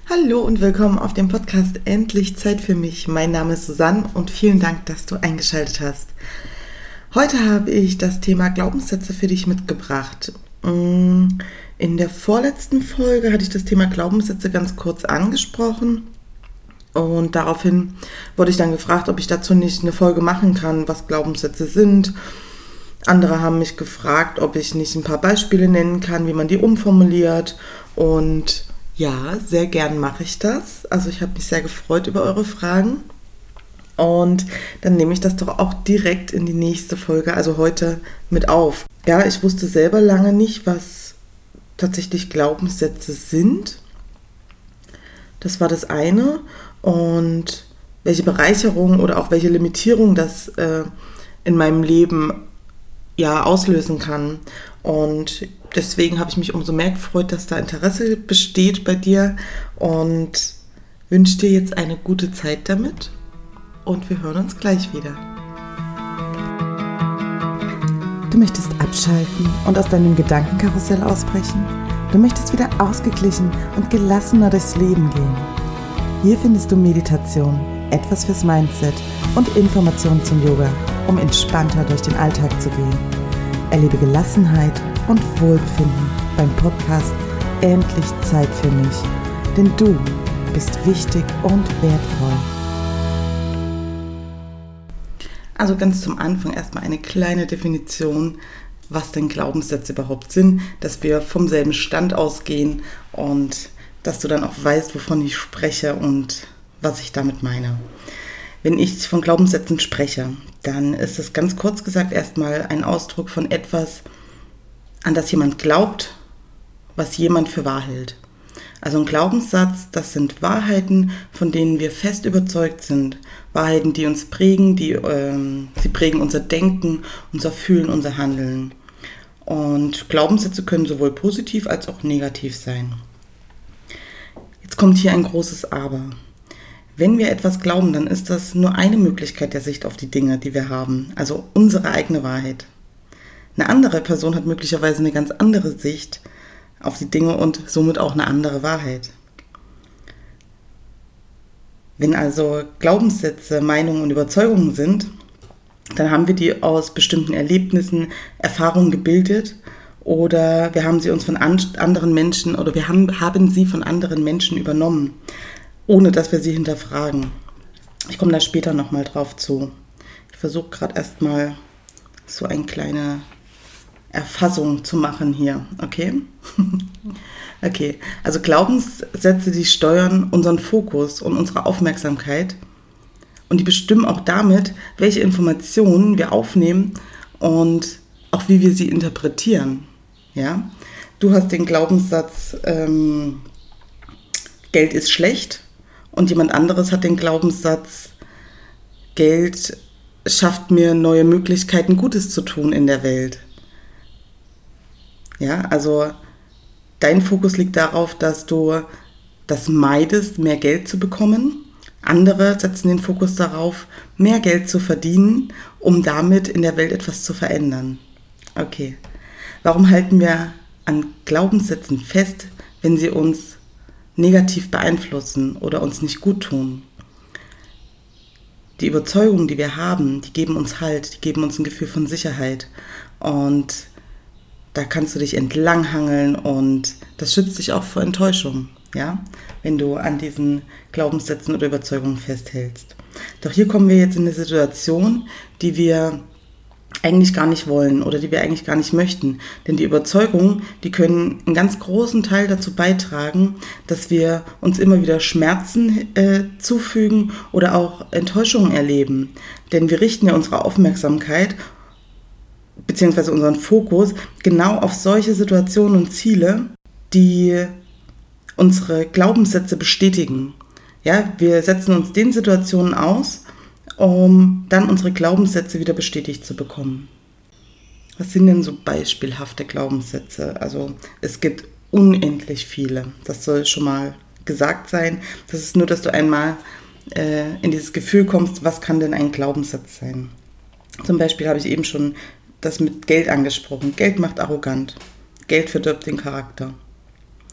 Hallo und willkommen auf dem Podcast Endlich Zeit für mich. Mein Name ist Susanne und vielen Dank, dass du eingeschaltet hast. Heute habe ich das Thema Glaubenssätze für dich mitgebracht. In der vorletzten Folge hatte ich das Thema Glaubenssätze ganz kurz angesprochen und daraufhin wurde ich dann gefragt, ob ich dazu nicht eine Folge machen kann, was Glaubenssätze sind. Andere haben mich gefragt, ob ich nicht ein paar Beispiele nennen kann, wie man die umformuliert, und ja, sehr gern mache ich das. Also ich habe mich sehr gefreut über eure Fragen. Und dann nehme ich das doch auch direkt in die nächste Folge, also heute, mit auf. Ja, ich wusste selber lange nicht, was tatsächlich Glaubenssätze sind. Das war das eine. Und welche Bereicherung oder auch welche Limitierung das in meinem Leben auslösen kann. Und deswegen habe ich mich umso mehr gefreut, dass da Interesse besteht bei dir und wünsche dir jetzt eine gute Zeit damit und wir hören uns gleich wieder. Du möchtest abschalten und aus deinem Gedankenkarussell ausbrechen? Du möchtest wieder ausgeglichen und gelassener durchs Leben gehen? Hier findest du Meditation, etwas fürs Mindset und Informationen zum Yoga, um entspannter durch den Alltag zu gehen. Erlebe Gelassenheit und Wohlbefinden beim Podcast Endlich Zeit für mich. Denn du bist wichtig und wertvoll. Also ganz zum Anfang erstmal eine kleine Definition, was denn Glaubenssätze überhaupt sind, dass wir vom selben Stand ausgehen und dass du dann auch weißt, wovon ich spreche und was ich damit meine. Wenn ich von Glaubenssätzen spreche, dann ist es ganz kurz gesagt erstmal ein Ausdruck von etwas, an das jemand glaubt, was jemand für wahr hält. Also ein Glaubenssatz, das sind Wahrheiten, von denen wir fest überzeugt sind. Wahrheiten, die uns prägen, sie prägen unser Denken, unser Fühlen, unser Handeln. Und Glaubenssätze können sowohl positiv als auch negativ sein. Jetzt kommt hier ein großes Aber. Wenn wir etwas glauben, dann ist das nur eine Möglichkeit der Sicht auf die Dinge, die wir haben, also unsere eigene Wahrheit. Eine andere Person hat möglicherweise eine ganz andere Sicht auf die Dinge und somit auch eine andere Wahrheit. Wenn also Glaubenssätze, Meinungen und Überzeugungen sind, dann haben wir die aus bestimmten Erlebnissen, Erfahrungen gebildet oder wir haben sie uns von anderen Menschen oder wir haben sie von anderen Menschen übernommen, ohne dass wir sie hinterfragen. Ich komme da später nochmal drauf zu. Ich versuche gerade erstmal so eine kleine Erfassung zu machen hier, okay? Okay, also Glaubenssätze, die steuern unseren Fokus und unsere Aufmerksamkeit und die bestimmen auch damit, welche Informationen wir aufnehmen und auch wie wir sie interpretieren. Ja? Du hast den Glaubenssatz, Geld ist schlecht. Und jemand anderes hat den Glaubenssatz, Geld schafft mir neue Möglichkeiten, Gutes zu tun in der Welt. Ja, also dein Fokus liegt darauf, dass du das meidest, mehr Geld zu bekommen. Andere setzen den Fokus darauf, mehr Geld zu verdienen, um damit in der Welt etwas zu verändern. Okay, warum halten wir an Glaubenssätzen fest, wenn sie uns negativ beeinflussen oder uns nicht gut tun? Die Überzeugungen, die wir haben, die geben uns Halt, die geben uns ein Gefühl von Sicherheit und da kannst du dich entlanghangeln und das schützt dich auch vor Enttäuschung, ja, wenn du an diesen Glaubenssätzen oder Überzeugungen festhältst. Doch hier kommen wir jetzt in eine Situation, die wir eigentlich gar nicht wollen oder die wir eigentlich gar nicht möchten. Denn die Überzeugungen, die können einen ganz großen Teil dazu beitragen, dass wir uns immer wieder Schmerzen zufügen oder auch Enttäuschungen erleben. Denn wir richten ja unsere Aufmerksamkeit bzw. unseren Fokus genau auf solche Situationen und Ziele, die unsere Glaubenssätze bestätigen. Ja, wir setzen uns den Situationen aus, um dann unsere Glaubenssätze wieder bestätigt zu bekommen. Was sind denn so beispielhafte Glaubenssätze? Also es gibt unendlich viele. Das soll schon mal gesagt sein. Das ist nur, dass du einmal in dieses Gefühl kommst, was kann denn ein Glaubenssatz sein? Zum Beispiel habe ich eben schon das mit Geld angesprochen. Geld macht arrogant. Geld verdirbt den Charakter.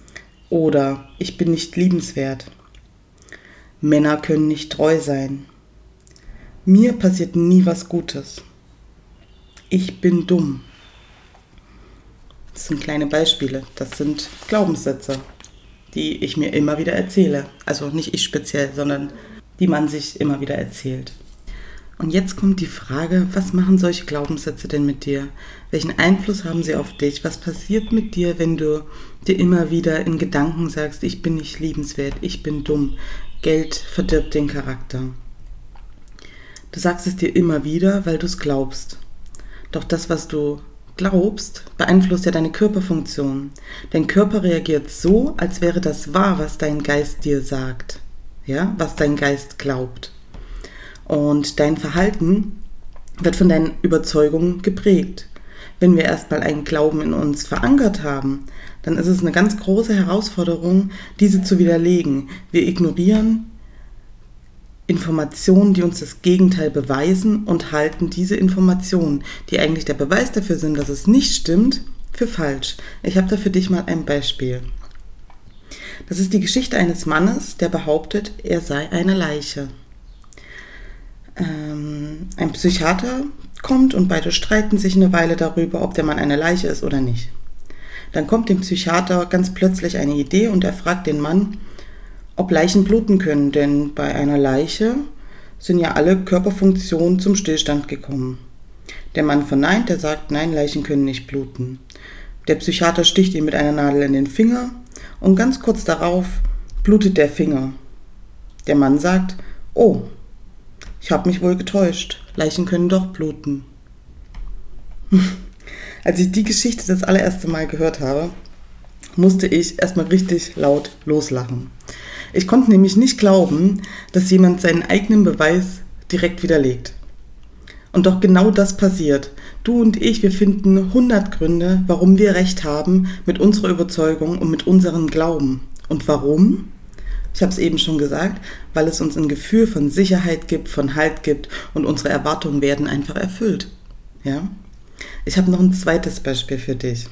Oder ich bin nicht liebenswert. Männer können nicht treu sein. Mir passiert nie was Gutes. Ich bin dumm. Das sind kleine Beispiele. Das sind Glaubenssätze, die ich mir immer wieder erzähle. Also nicht ich speziell, sondern die man sich immer wieder erzählt. Und jetzt kommt die Frage, was machen solche Glaubenssätze denn mit dir? Welchen Einfluss haben sie auf dich? Was passiert mit dir, wenn du dir immer wieder in Gedanken sagst, ich bin nicht liebenswert, ich bin dumm, Geld verdirbt den Charakter? Du sagst es dir immer wieder, weil du es glaubst. Doch das, was du glaubst, beeinflusst ja deine Körperfunktion. Dein Körper reagiert so, als wäre das wahr, was dein Geist dir sagt, ja, was dein Geist glaubt. Und dein Verhalten wird von deinen Überzeugungen geprägt. Wenn wir erstmal einen Glauben in uns verankert haben, dann ist es eine ganz große Herausforderung, diese zu widerlegen. Wir ignorieren Informationen, die uns das Gegenteil beweisen und halten diese Informationen, die eigentlich der Beweis dafür sind, dass es nicht stimmt, für falsch. Ich habe da für dich mal ein Beispiel. Das ist die Geschichte eines Mannes, der behauptet, er sei eine Leiche. Ein Psychiater kommt und beide streiten sich eine Weile darüber, ob der Mann eine Leiche ist oder nicht. Dann kommt dem Psychiater ganz plötzlich eine Idee und er fragt den Mann, ob Leichen bluten können, denn bei einer Leiche sind ja alle Körperfunktionen zum Stillstand gekommen. Der Mann verneint, er sagt, nein, Leichen können nicht bluten. Der Psychiater sticht ihm mit einer Nadel in den Finger und ganz kurz darauf blutet der Finger. Der Mann sagt, oh, ich habe mich wohl getäuscht. Leichen können doch bluten. Als ich die Geschichte das allererste Mal gehört habe, musste ich erstmal richtig laut loslachen. Ich konnte nämlich nicht glauben, dass jemand seinen eigenen Beweis direkt widerlegt. Und doch genau das passiert. Du und ich, wir finden 100 Gründe, warum wir recht haben mit unserer Überzeugung und mit unserem Glauben. Und warum? Ich habe es eben schon gesagt, weil es uns ein Gefühl von Sicherheit gibt, von Halt gibt und unsere Erwartungen werden einfach erfüllt. Ja? Ich habe noch ein zweites Beispiel für dich.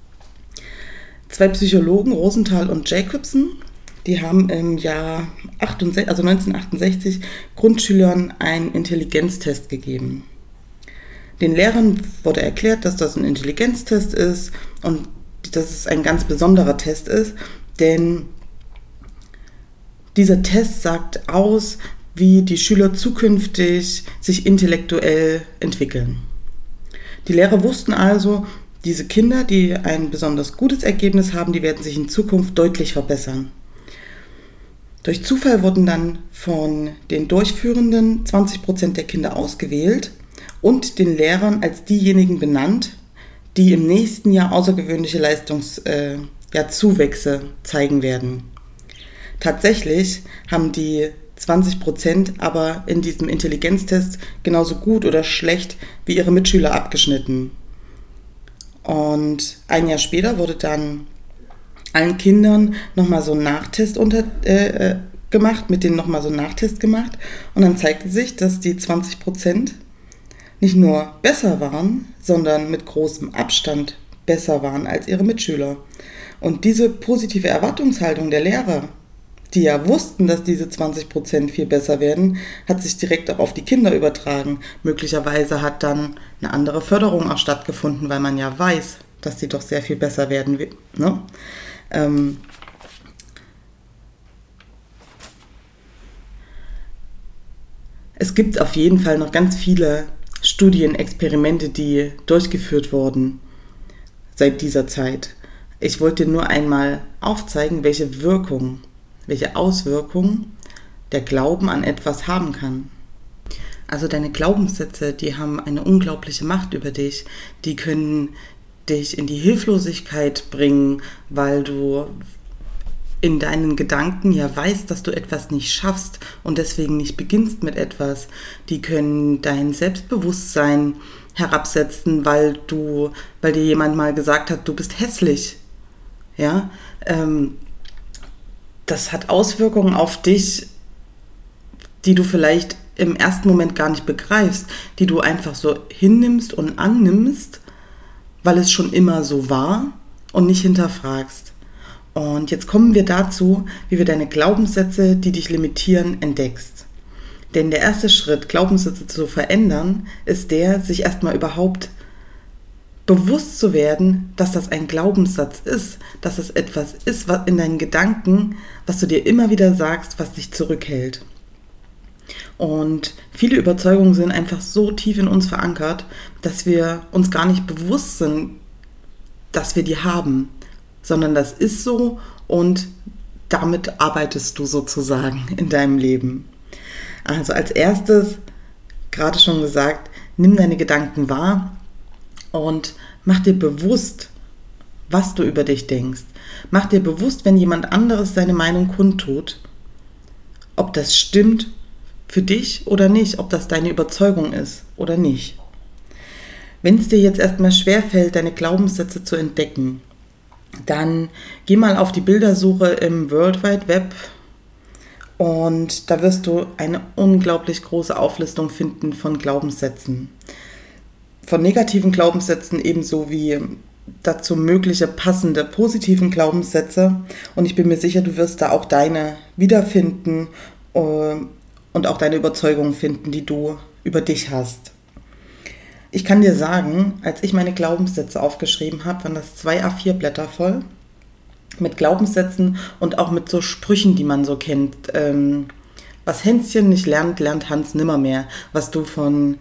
2 Psychologen, Rosenthal und Jacobson, die haben im Jahr 1968 Grundschülern einen Intelligenztest gegeben. Den Lehrern wurde erklärt, dass das ein Intelligenztest ist und dass es ein ganz besonderer Test ist, denn dieser Test sagt aus, wie die Schüler zukünftig sich intellektuell entwickeln. Die Lehrer wussten also, diese Kinder, die ein besonders gutes Ergebnis haben, die werden sich in Zukunft deutlich verbessern. Durch Zufall wurden dann von den Durchführenden 20% der Kinder ausgewählt und den Lehrern als diejenigen benannt, die im nächsten Jahr außergewöhnliche Zuwächse zeigen werden. Tatsächlich haben die 20% aber in diesem Intelligenztest genauso gut oder schlecht wie ihre Mitschüler abgeschnitten. Und ein Jahr später wurde dann allen Kindern nochmal so ein Nachtest gemacht, mit denen nochmal so ein Nachtest gemacht. Und dann zeigte sich, dass die 20% nicht nur besser waren, sondern mit großem Abstand besser waren als ihre Mitschüler. Und diese positive Erwartungshaltung der Lehrer, die ja wussten, dass diese 20% viel besser werden, hat sich direkt auch auf die Kinder übertragen. Möglicherweise hat dann eine andere Förderung auch stattgefunden, weil man ja weiß, dass die doch sehr viel besser werden. Ne? Es gibt auf jeden Fall noch ganz viele Studien, Experimente, die durchgeführt wurden seit dieser Zeit. Ich wollte dir nur einmal aufzeigen, welche Auswirkungen der Glauben an etwas haben kann. Also deine Glaubenssätze, die haben eine unglaubliche Macht über dich. Die können dich in die Hilflosigkeit bringen, weil du in deinen Gedanken ja weißt, dass du etwas nicht schaffst und deswegen nicht beginnst mit etwas. Die können dein Selbstbewusstsein herabsetzen, weil dir jemand mal gesagt hat, du bist hässlich. Ja, das hat Auswirkungen auf dich, die du vielleicht im ersten Moment gar nicht begreifst, die du einfach so hinnimmst und annimmst, weil es schon immer so war und nicht hinterfragst. Und jetzt kommen wir dazu, wie wir deine Glaubenssätze, die dich limitieren, entdeckst. Denn der erste Schritt, Glaubenssätze zu verändern, ist der, sich erstmal überhaupt bewusst zu werden, dass das ein Glaubenssatz ist, dass es etwas ist, was in deinen Gedanken, was du dir immer wieder sagst, was dich zurückhält. Und viele Überzeugungen sind einfach so tief in uns verankert, dass wir uns gar nicht bewusst sind, dass wir die haben, sondern das ist so und damit arbeitest du sozusagen in deinem Leben. Also als erstes, gerade schon gesagt, nimm deine Gedanken wahr und mach dir bewusst, was du über dich denkst. Mach dir bewusst, wenn jemand anderes seine Meinung kundtut, ob das stimmt für dich oder nicht, ob das deine Überzeugung ist oder nicht. Wenn es dir jetzt erstmal schwerfällt, deine Glaubenssätze zu entdecken, dann geh mal auf die Bildersuche im World Wide Web und da wirst du eine unglaublich große Auflistung finden von Glaubenssätzen. Von negativen Glaubenssätzen ebenso wie dazu mögliche passende positiven Glaubenssätze. Und ich bin mir sicher, du wirst da auch deine wiederfinden und auch deine Überzeugungen finden, die du über dich hast. Ich kann dir sagen, als ich meine Glaubenssätze aufgeschrieben habe, waren das 2 A4-Blätter voll mit Glaubenssätzen und auch mit so Sprüchen, die man so kennt. Was Hänschen nicht lernt, lernt Hans nimmermehr. Was du von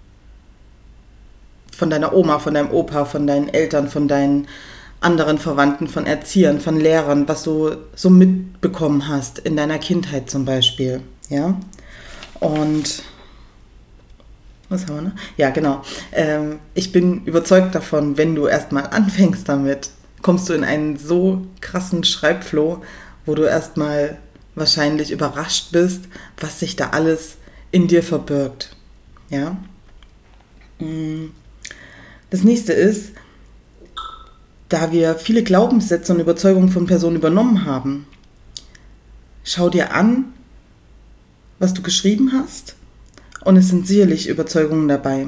deiner Oma, von deinem Opa, von deinen Eltern, von deinen anderen Verwandten, von Erziehern, von Lehrern, was du so mitbekommen hast in deiner Kindheit zum Beispiel. Ja? Und was haben wir noch? Ja, genau. Ich bin überzeugt davon, wenn du erstmal anfängst damit, kommst du in einen so krassen Schreibflow, wo du erstmal wahrscheinlich überrascht bist, was sich da alles in dir verbirgt. Ja? Das nächste ist, da wir viele Glaubenssätze und Überzeugungen von Personen übernommen haben, schau dir an, was du geschrieben hast. Und es sind sicherlich Überzeugungen dabei.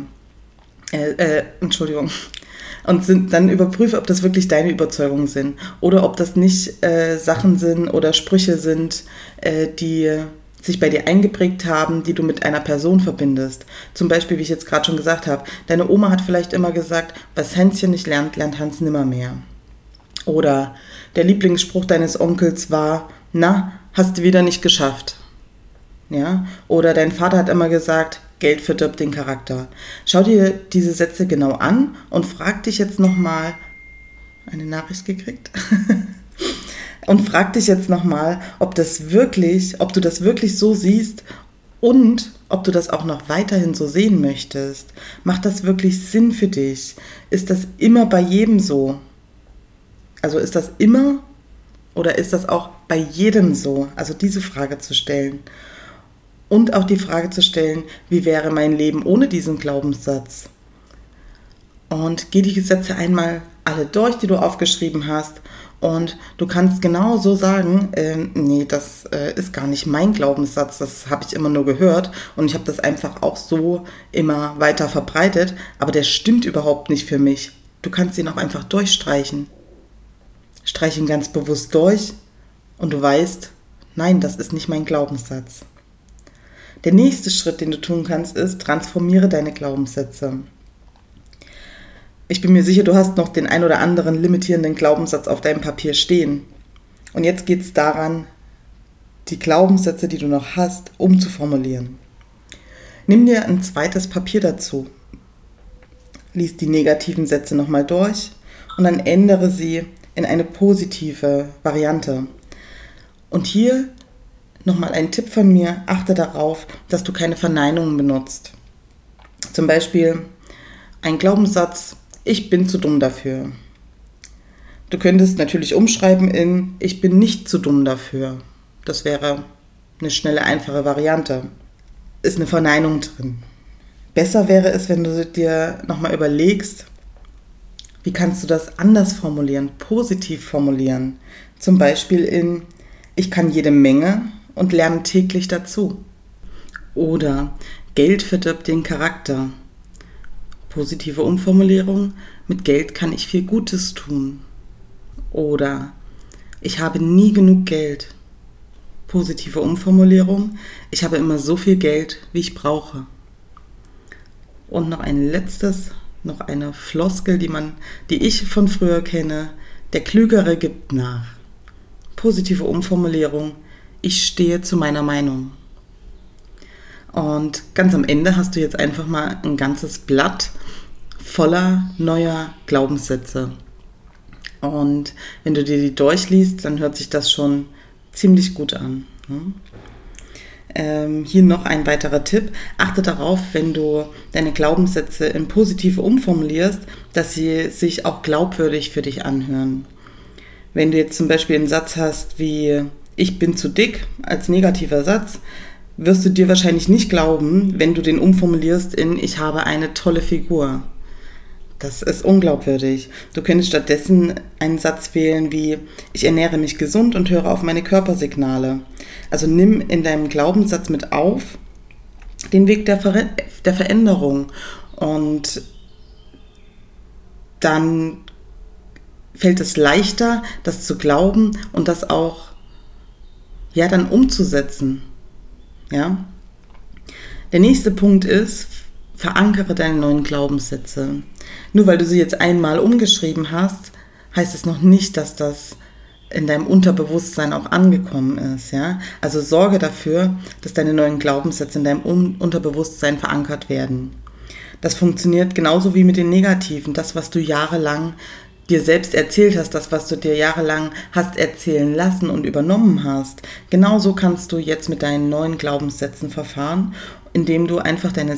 Und dann überprüfe, ob das wirklich deine Überzeugungen sind. Oder ob das nicht Sachen sind oder Sprüche sind, die sich bei dir eingeprägt haben, die du mit einer Person verbindest. Zum Beispiel, wie ich jetzt gerade schon gesagt habe, deine Oma hat vielleicht immer gesagt, was Hänschen nicht lernt, lernt Hans nimmermehr. Oder der Lieblingsspruch deines Onkels war, na, hast du wieder nicht geschafft. Ja? Oder dein Vater hat immer gesagt, Geld verdirbt den Charakter. Schau dir diese Sätze genau an und frag dich jetzt nochmal, eine Nachricht gekriegt? Und frag dich jetzt nochmal, ob du das wirklich so siehst und ob du das auch noch weiterhin so sehen möchtest. Macht das wirklich Sinn für dich? Ist das immer bei jedem so? Also ist das immer oder ist das auch bei jedem so? Also diese Frage zu stellen. Und auch die Frage zu stellen, wie wäre mein Leben ohne diesen Glaubenssatz? Und geh die Sätze einmal alle durch, die du aufgeschrieben hast. Und du kannst genau so sagen, nee, das ist gar nicht mein Glaubenssatz, das habe ich immer nur gehört. Und ich habe das einfach auch so immer weiter verbreitet. Aber der stimmt überhaupt nicht für mich. Du kannst ihn auch einfach durchstreichen. Streich ihn ganz bewusst durch und du weißt, nein, das ist nicht mein Glaubenssatz. Der nächste Schritt, den du tun kannst, ist, transformiere deine Glaubenssätze. Ich bin mir sicher, du hast noch den ein oder anderen limitierenden Glaubenssatz auf deinem Papier stehen. Und jetzt geht es daran, die Glaubenssätze, die du noch hast, umzuformulieren. Nimm dir ein zweites Papier dazu. Lies die negativen Sätze nochmal durch und dann ändere sie in eine positive Variante. Und hier nochmal ein Tipp von mir, achte darauf, dass du keine Verneinungen benutzt. Zum Beispiel ein Glaubenssatz, ich bin zu dumm dafür. Du könntest natürlich umschreiben in, ich bin nicht zu dumm dafür. Das wäre eine schnelle, einfache Variante. Ist eine Verneinung drin. Besser wäre es, wenn du dir nochmal überlegst, wie kannst du das anders formulieren, positiv formulieren. Zum Beispiel in, ich kann jede Menge und lerne täglich dazu. Oder Geld verdirbt den Charakter. Positive Umformulierung, mit Geld kann ich viel Gutes tun. Oder Ich habe nie genug Geld. Positive Umformulierung. Ich habe immer so viel Geld, wie ich brauche. Und noch ein letztes, noch eine Floskel, die ich von früher kenne. Der Klügere gibt nach. Positive Umformulierung. Ich stehe zu meiner Meinung. Und ganz am Ende hast du jetzt einfach mal ein ganzes Blatt voller neuer Glaubenssätze. Und wenn du dir die durchliest, dann hört sich das schon ziemlich gut an. Hier noch ein weiterer Tipp. Achte darauf, wenn du deine Glaubenssätze in positive umformulierst, dass sie sich auch glaubwürdig für dich anhören. Wenn du jetzt zum Beispiel einen Satz hast wie ich bin zu dick als negativer Satz, wirst du dir wahrscheinlich nicht glauben, wenn du den umformulierst in ich habe eine tolle Figur. Das ist unglaubwürdig. Du könntest stattdessen einen Satz wählen wie ich ernähre mich gesund und höre auf meine Körpersignale. Also nimm in deinem Glaubenssatz mit auf den Weg der Veränderung und dann fällt es leichter, das zu glauben und das auch dann umzusetzen. Ja? Der nächste Punkt ist, verankere deine neuen Glaubenssätze. Nur weil du sie jetzt einmal umgeschrieben hast, heißt es noch nicht, dass das in deinem Unterbewusstsein auch angekommen ist. Ja? Also sorge dafür, dass deine neuen Glaubenssätze in deinem Unterbewusstsein verankert werden. Das funktioniert genauso wie mit den Negativen. Das, was du jahrelang dir selbst erzählt hast, das, was du dir jahrelang hast erzählen lassen und übernommen hast. Genauso kannst du jetzt mit deinen neuen Glaubenssätzen verfahren, indem du deine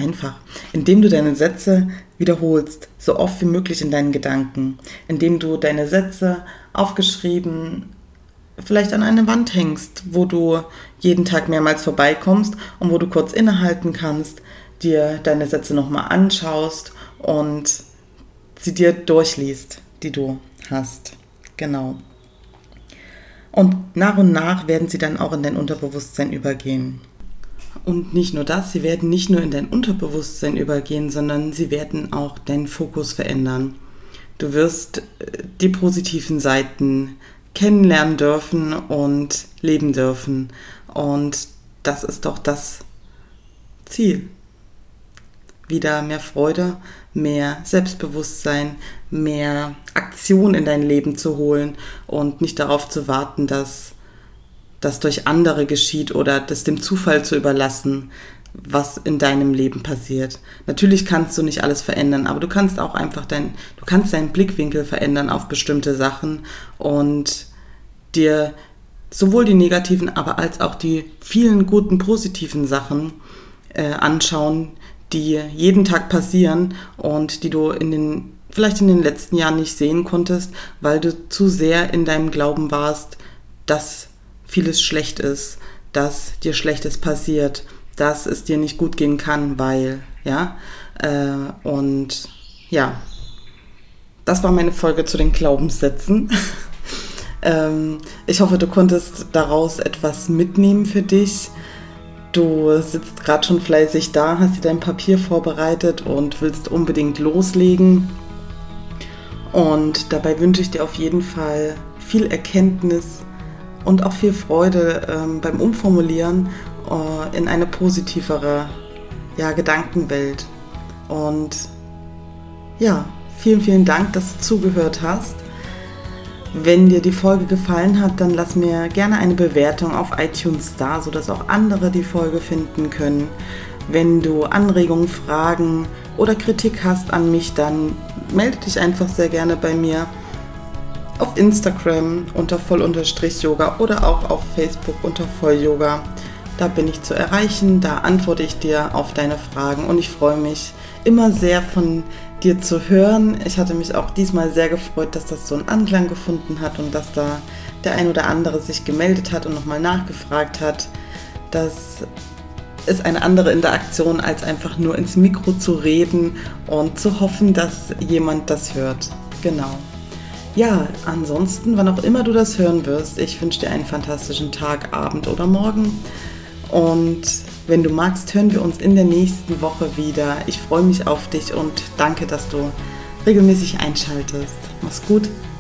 Sätze wiederholst, so oft wie möglich in deinen Gedanken, indem du deine Sätze aufgeschrieben vielleicht an eine Wand hängst, wo du jeden Tag mehrmals vorbeikommst und wo du kurz innehalten kannst, dir deine Sätze nochmal anschaust und sie dir durchliest, die du hast. Genau. Und nach werden sie dann auch in dein Unterbewusstsein übergehen. Und nicht nur das, sie werden nicht nur in dein Unterbewusstsein übergehen, sondern sie werden auch deinen Fokus verändern. Du wirst die positiven Seiten kennenlernen dürfen und leben dürfen. Und das ist doch das Ziel. Wieder mehr Freude, mehr Selbstbewusstsein, mehr Aktion in dein Leben zu holen und nicht darauf zu warten, dass das durch andere geschieht oder das dem Zufall zu überlassen, was in deinem Leben passiert. Natürlich kannst du nicht alles verändern, aber du kannst auch einfach deinen Blickwinkel verändern auf bestimmte Sachen und dir sowohl die negativen, aber als auch die vielen guten positiven Sachen anschauen, die jeden Tag passieren und die du vielleicht in den letzten Jahren nicht sehen konntest, weil du zu sehr in deinem Glauben warst, dass vieles schlecht ist, dass dir Schlechtes passiert, dass es dir nicht gut gehen kann, weil, das war meine Folge zu den Glaubenssätzen. Ich hoffe, du konntest daraus etwas mitnehmen für dich. Du sitzt gerade schon fleißig da, hast dir dein Papier vorbereitet und willst unbedingt loslegen. Und dabei wünsche ich dir auf jeden Fall viel Erkenntnis und auch viel Freude beim Umformulieren in eine positivere Gedankenwelt. Und vielen, vielen Dank, dass du zugehört hast. Wenn dir die Folge gefallen hat, dann lass mir gerne eine Bewertung auf iTunes da, sodass auch andere die Folge finden können. Wenn du Anregungen, Fragen oder Kritik hast an mich, dann melde dich einfach sehr gerne bei mir auf Instagram unter voll_yoga oder auch auf Facebook unter vollyoga. Da bin ich zu erreichen, da antworte ich dir auf deine Fragen und ich freue mich immer sehr von dir zu hören. Ich hatte mich auch diesmal sehr gefreut, dass das so einen Anklang gefunden hat und dass da der ein oder andere sich gemeldet hat und nochmal nachgefragt hat. Das ist eine andere Interaktion, als einfach nur ins Mikro zu reden und zu hoffen, dass jemand das hört. Genau. Ja, ansonsten, wann auch immer du das hören wirst, ich wünsche dir einen fantastischen Tag, Abend oder Morgen. Und wenn du magst, hören wir uns in der nächsten Woche wieder. Ich freue mich auf dich und danke, dass du regelmäßig einschaltest. Mach's gut.